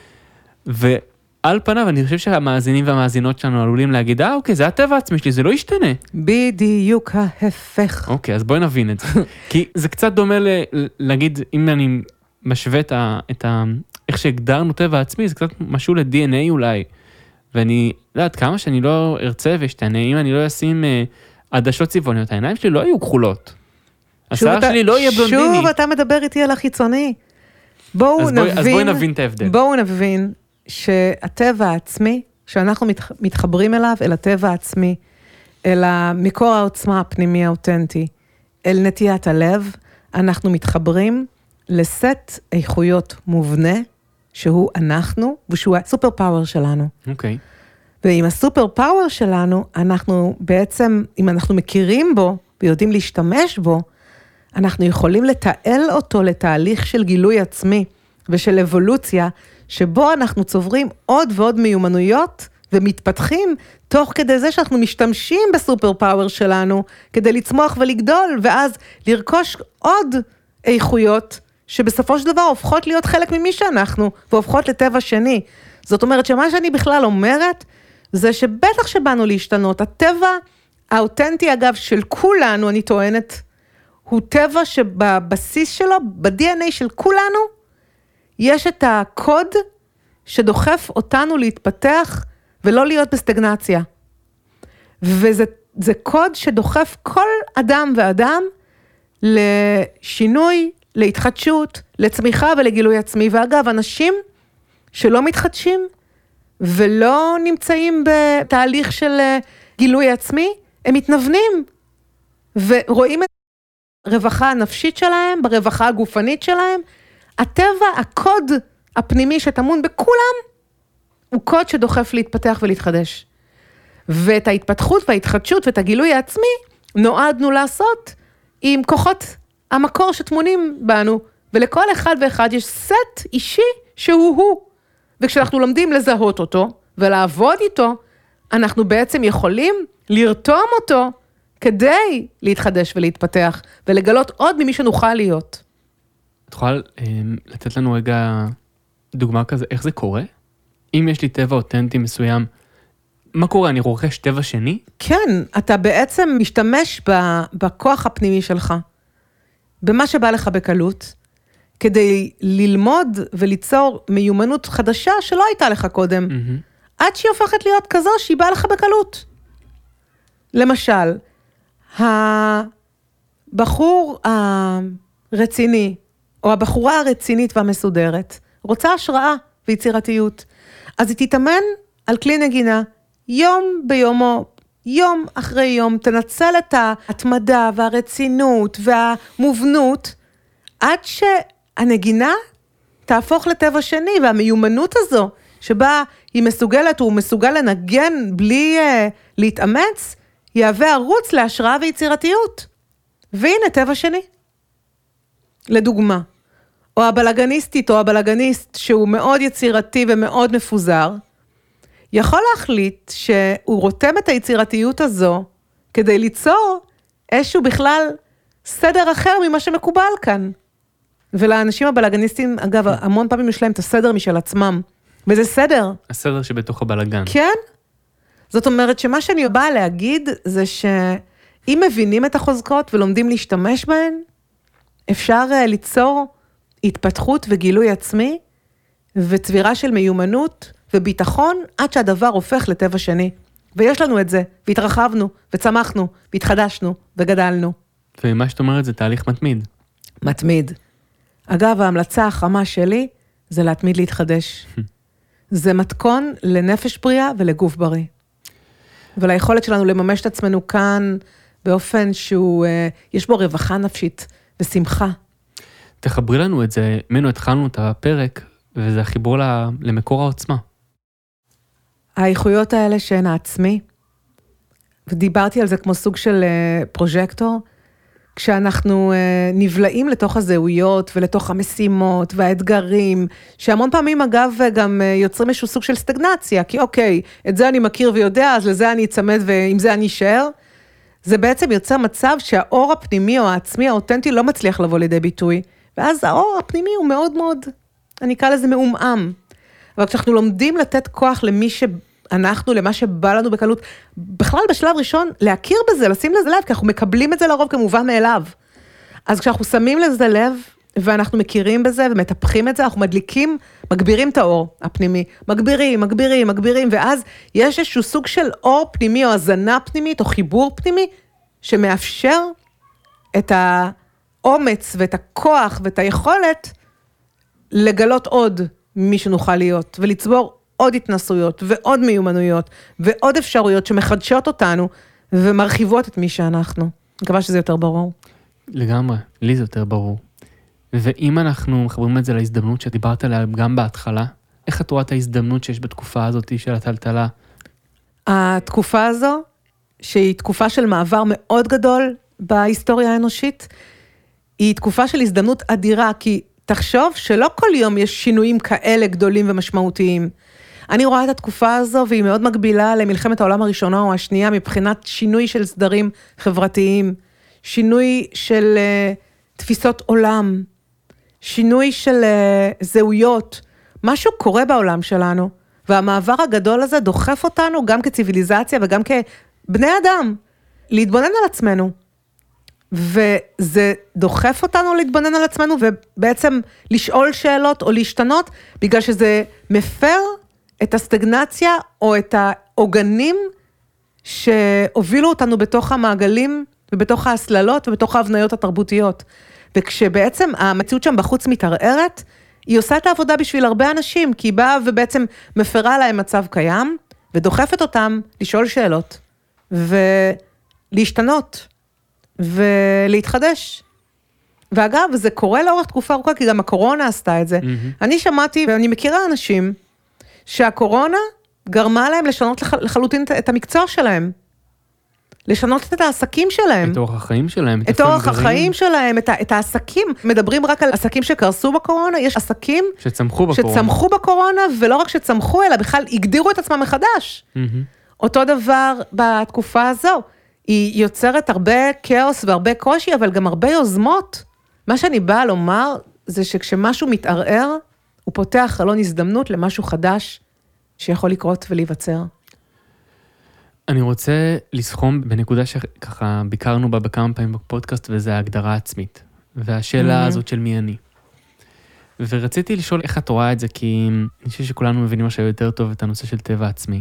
ועל פניו, אני חושב שהמאזינים והמאזינות שלנו עלולים להגיד, אה, אוקיי, זה הטבע העצמי שלי, זה לא ישתנה. בדיוק ההפך. אוקיי, אז בואי נבין את זה. כי זה קצת דומה להגיד, אם אני משווה את ה... את ה איך שהגדרנו טבע עצמי, זה קצת משהו ל-די אן איי אולי. ואני, יודעת, כמה שאני לא ארצה ואשתנה, אם אני לא אשים עדשות צבעוניות, העיניים שלי לא יהיו כחולות. השיער שלי לא יהיה בלונדיני. שוב, אתה מדבר איתי על החיצוני. בואו נבין... אז בואי נבין את ההבדל. בואו נבין שהטבע העצמי, שאנחנו מתחברים אליו, אל הטבע העצמי, אל המקור העוצמה הפנימי האותנטי, אל נטיית הלב, אנחנו מתחברים לסט איכויות מובנה, שהוא אנחנו, ושהוא הסופר פאוור שלנו. אוקיי. ועם הסופר פאוור שלנו, אנחנו בעצם, אם אנחנו מכירים בו, ויודעים להשתמש בו, אנחנו יכולים לתעל אותו לתהליך של גילוי עצמי, ושל אבולוציה, שבו אנחנו צוברים עוד ועוד מיומנויות, ומתפתחים תוך כדי זה שאנחנו משתמשים בסופר פאוור שלנו, כדי לצמוח ולגדול, ואז לרכוש עוד איכויות, שבסופו של דבר הופכות להיות חלק ממי שאנחנו, והופכות לטבע שני. זאת אומרת שמה שאני בכלל אומרת, זה שבטח שבאנו להשתנות, הטבע האותנטי אגב של כולנו, אני טוענת, הוא טבע שבבסיס שלו, ב-די אן איי של כולנו, יש את הקוד שדוחף אותנו להתפתח ולא להיות בסטגנציה. וזה זה קוד שדוחף כל אדם ואדם לשינוי, להתחדשות, לצמיחה ולגילוי עצמי. ואגב, אנשים שלא מתחדשים ולא נמצאים בתהליך של גילוי עצמי, הם מתנוונים ורואים את הרווחה הנפשית שלהם, ברווחה הגופנית שלהם. הטבע, הקוד הפנימי שטמון בכולם, הוא קוד שדוחף להתפתח ולהתחדש. ואת ההתפתחות וההתחדשות ואת הגילוי העצמי, נועדנו לעשות עם כוחות המקור שטמונים בנו, ולכל אחד ואחד יש סט אישי שהוא הוא. וכשאנחנו לומדים לזהות אותו ולעבוד איתו, אנחנו בעצם יכולים לרתום אותו כדי להתחדש ולהתפתח, ולגלות עוד ממי שנוכל להיות. את יכולה לתת לנו רגע דוגמה כזה, איך זה קורה? אם יש לי טבע אותנטי מסוים, מה קורה? אני רוכש טבע שני? כן, אתה בעצם משתמש בכוח הפנימי שלך, במה שבא לך בקלות, כדי ללמוד וליצור מיומנות חדשה שלא הייתה לך קודם, mm-hmm. עד שהיא הופכת להיות כזו שהיא באה לך בקלות. למשל, הבחור הרציני, או הבחורה הרצינית והמסודרת, רוצה השראה ויצירתיות. אז היא תתאמן על כלי נגינה, יום ביומו, יום אחרי יום, תנצל את ההתמדה והרצינות והמובנות, עד שהנגינה תהפוך לטבע שני, והמיומנות הזו, שבה היא מסוגלת, הוא מסוגל לנגן בלי uh, להתאמץ, יהווה ערוץ להשראה ויצירתיות. והנה טבע שני. לדוגמה, או הבלגניסטית או הבלגניסט, שהוא מאוד יצירתי ומאוד מפוזר, יכול להחליט שהוא רותם את היצירתיות הזו, כדי ליצור איזשהו בכלל סדר אחר ממה שמקובל כאן. ולאנשים הבלגניסטים, אגב, המון פעמים יש להם את הסדר משל עצמם, וזה סדר. הסדר שבתוך הבלגן. כן. זאת אומרת שמה שאני באה להגיד, זה שאם מבינים את החוזקות ולומדים להשתמש בהן, אפשר ליצור התפתחות וגילוי עצמי, וצבירה של מיומנות וביטחון, עד שהדבר הופך לטבע שני. ויש לנו את זה, והתרחבנו, וצמחנו, והתחדשנו, וגדלנו. ומה שאת אומרת זה תהליך מתמיד. מתמיד. אגב, ההמלצה החמה שלי, זה להתמיד להתחדש. זה מתכון לנפש בריאה ולגוף בריא. וליכולת שלנו לממש את עצמנו כאן, באופן שהוא, יש בו רווחה נפשית ושמחה. תחברי לנו את זה, ממנו התחלנו את הפרק, וזה החיבור למקור העוצמה. האיכויות האלה שהן העצמי, ודיברתי על זה כמו סוג של פרוז'קטור, כשאנחנו נבלעים לתוך הזהויות ולתוך המשימות והאתגרים, שהמון פעמים אגב גם יוצרים איזשהו סוג של סטגנציה, כי אוקיי, את זה אני מכיר ויודע, אז לזה אני אצמד ועם זה אני אשאר. זה בעצם יוצר מצב שהאור הפנימי או העצמי האותנטי לא מצליח לבוא לידי ביטוי, ואז האור הפנימי הוא מאוד מאוד, אני אקרא לזה מעומעם. אבל כשאנחנו לומדים לתת כוח למי שאנחנו, למה שבא לנו בקלות, בכלל בשלב ראשון, להכיר בזה, לשים לזה לב, כי אנחנו מקבלים את זה לרוב כמובן מאליו. אז כשאנחנו שמים לזה לב, ואנחנו מכירים בזה ומטפחים את זה, אנחנו מדליקים, מגבירים את האור הפנימי, מגבירים, מגבירים, מגבירים, ואז יש איזשהו סוג של אור פנימי, או הזנה פנימית, או חיבור פנימי, שמאפשר את האומץ ואת הכוח ואת היכולת לגלות עוד מי שנוכל להיות, ולצבור עוד התנסויות ועוד מיומנויות ועוד אפשרויות שמחדשות אותנו ומרחיבות את מי שאנחנו. אני מקווה שזה יותר ברור. לגמרי, לי זה יותר ברור. ואם אנחנו מחברים את זה להזדמנות שדיברת עליה גם בהתחלה, איך את רואה את ההזדמנות שיש בתקופה הזאת של הטלטלה? התקופה הזו, שהיא תקופה של מעבר מאוד גדול בהיסטוריה האנושית, היא תקופה של הזדמנות אדירה, כי תחשוב שלא כל יום יש שינויים כאלה גדולים ומשמעותיים. אני רואה את התקופה הזו, והיא מאוד מגבילה למלחמת העולם הראשונה או השנייה, מבחינת שינוי של סדרים חברתיים, שינוי של uh, תפיסות עולם, שינוי של uh, זהויות, משהו קורה בעולם שלנו, והמעבר הגדול הזה דוחף אותנו גם כציביליזציה וגם כבני אדם, להתבונן על עצמנו. וזה דוחף אותנו להתבונן על עצמנו, ובעצם לשאול שאלות או להשתנות, בגלל שזה מפר את הסטגנציה או את העוגנים שהובילו אותנו בתוך המעגלים ובתוך ההסללות ובתוך ההבניות התרבותיות. וכשבעצם המציאות שם בחוץ מתערערת, היא עושה את העבודה בשביל הרבה אנשים, כי היא באה ובעצם מפרה להם מצב קיים, ודוחפת אותם לשאול שאלות, ולהשתנות, ולהתחדש. ואגב, זה קורה לאורך תקופה ארוכה, כי גם הקורונה עשתה את זה. Mm-hmm. אני שמעתי, ואני מכירה אנשים, שהקורונה גרמה להם לשנות לח... לחלוטין את המקצוע שלהם. לשנות את העסקים שלהם. את אורח החיים שלהם. את אורח החיים שלהם, את, ה... את העסקים. מדברים רק על עסקים שקרסו בקורונה, יש עסקים שצמחו בקורונה. שצמחו בקורונה, ולא רק שצמחו, אלא בכלל הגדירו את עצמם מחדש. Mm-hmm. אותו דבר בתקופה הזו. היא יוצרת הרבה כאוס והרבה קושי, אבל גם הרבה יוזמות. מה שאני באה לומר, זה שכשמשהו מתערער, הוא פותח חלון הזדמנות למשהו חדש, שיכול לקרות ולהיווצר. אני רוצה לסכום בנקודה שככה ביקרנו בה בכמה פעמים בפודקאסט, וזה ההגדרה העצמית. והשאלה mm-hmm. הזאת של מי אני. ורציתי לשאול איך את רואה את זה, כי אני חושב שכולנו מבינים עכשיו יותר טוב את הנושא של טבע עצמי.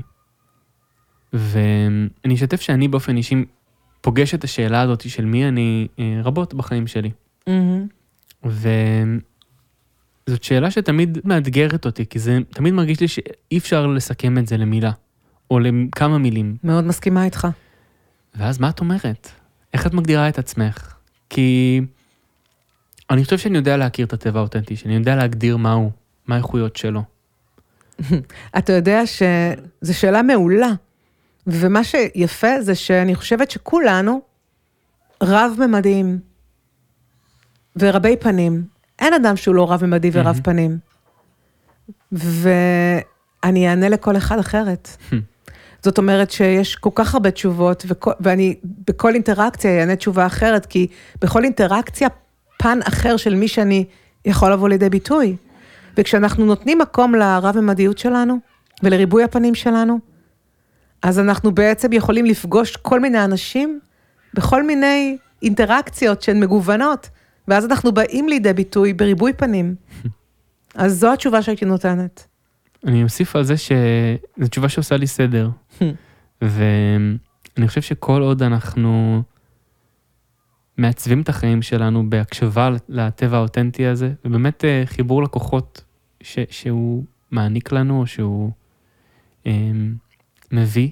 ואני אשתף שאני באופן אישי פוגש את השאלה הזאת של מי אני רבות בחיים שלי. Mm-hmm. וזאת שאלה שתמיד מאתגרת אותי, כי זה תמיד מרגיש לי שאי אפשר לסכם את זה למילה, או לכמה מילים. מאוד מסכימה איתך. ואז מה את אומרת? איך את מגדירה את עצמך? כי אני חושב שאני יודע להכיר את הטבע האותנטי, שאני יודע להגדיר מהו, מה האיכויות שלו. אתה יודע שזו שאלה מעולה. ומה שיפה זה שאני חושבת שכולנו רב-ממדיים ורבי פנים. אין אדם שהוא לא רב-ממדי ורב פנים. ואני אענה לכל אחד אחרת. זאת אומרת שיש כל כך הרבה תשובות, ואני בכל אינטראקציה אענה תשובה אחרת, כי בכל אינטראקציה פן אחר של מי שאני יכול לבוא לידי ביטוי. וכשאנחנו נותנים מקום לרב-ממדיות שלנו, ולריבוי הפנים שלנו, אז אנחנו בעצם יכולים לפגוש כל מיני אנשים, בכל מיני אינטראקציות שהן מגוונות, ואז אנחנו באים לידי ביטוי בריבוי פנים. אז זו התשובה שהייתי נותנת. אני אוסיף על זה שזו תשובה שעושה לי סדר. ואני חושב שכל עוד אנחנו מעצבים את החיים שלנו בהקשבה לטבע האותנטי הזה, ובאמת חיבור לקוחות ש- שהוא מעניק לנו, או שהוא um, מביא,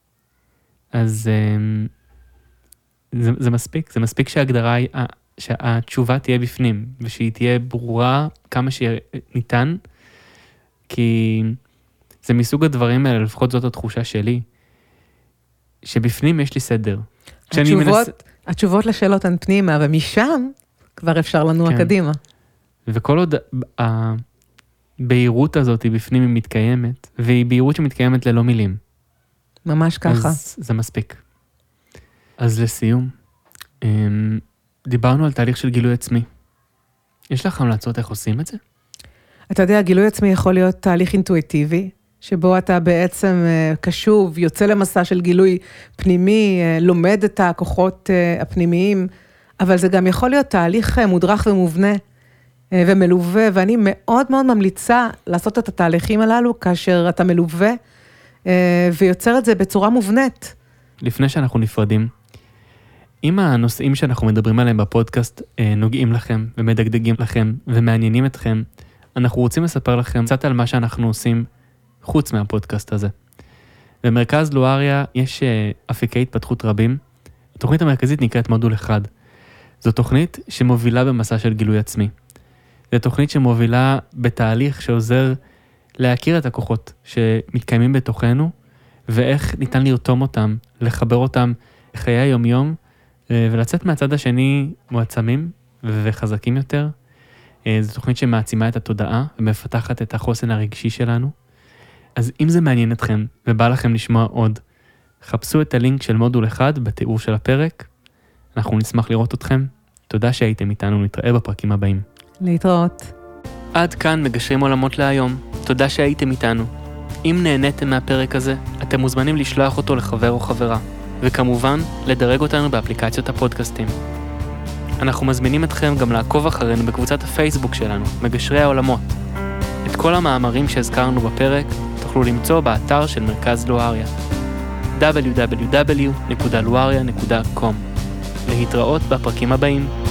אז um, זה, זה מספיק. זה מספיק שההגדרה היא, שהתשובה תהיה בפנים, ושהיא תהיה ברורה כמה שניתן, כי זה מסוג הדברים האלה, לפחות זאת התחושה שלי, שבפנים יש לי סדר. התשובות, מנס... התשובות לשאלות הן פנימה, ומשם כבר אפשר לנוע כן. קדימה. וכל עוד הבהירות הזאת היא בפנים היא מתקיימת, והיא בהירות שמתקיימת ללא מילים. ממש ככה. אז זה מספיק. אז לסיום, דיברנו על תהליך של גילוי עצמי. יש לך המלצות איך עושים את זה? אתה יודע, גילוי עצמי יכול להיות תהליך אינטואיטיבי, שבו אתה בעצם קשוב, יוצא למסע של גילוי פנימי, לומד את הכוחות הפנימיים, אבל זה גם יכול להיות תהליך מודרך ומובנה ומלווה, ואני מאוד מאוד ממליצה לעשות את התהליכים הללו, כאשר אתה מלווה ויוצר את זה בצורה מובנית. לפני שאנחנו נפרדים, אם הנושאים שאנחנו מדברים עליהם בפודקאסט נוגעים לכם ומדגדגים לכם ומעניינים אתכם, אנחנו רוצים לספר לכם קצת על מה שאנחנו עושים חוץ מהפודקאסט הזה. במרכז לואריה יש אפיקי התפתחות רבים. התוכנית המרכזית נקראת מודול אחד. זו תוכנית שמובילה במסע של גילוי עצמי. זו תוכנית שמובילה בתהליך שעוזר להכיר את הכוחות שמתקיימים בתוכנו, ואיך ניתן לרתום אותם, לחבר אותם לחיי היומיום, ולצאת מהצד השני מועצמים וחזקים יותר. זו תוכנית שמעצימה את התודעה ומפתחת את החוסן הרגשי שלנו. אז אם זה מעניין אתכם ובא לכם לשמוע עוד, חפשו את הלינק של מודול אחד בתיאור של הפרק. אנחנו נשמח לראות אתכם. תודה שהייתם איתנו, נתראה בפרקים הבאים. להתראות. עד כאן מגשרים עולמות להיום. תודה שהייתם איתנו. אם נהניתם מהפרק הזה, אתם מוזמנים לשלוח אותו לחבר או חברה, וכמובן, לדרג אותנו באפליקציות הפודקאסטים. אנחנו מזמינים אתכם גם לעקוב אחרינו בקבוצת הפייסבוק שלנו, מגשרי העולמות. את כל המאמרים שהזכרנו בפרק תוכלו למצוא באתר של מרכז לואריה, דאבליו דאבליו דאבליו נקודה לואריה נקודה קום. להתראות בפרקים הבאים.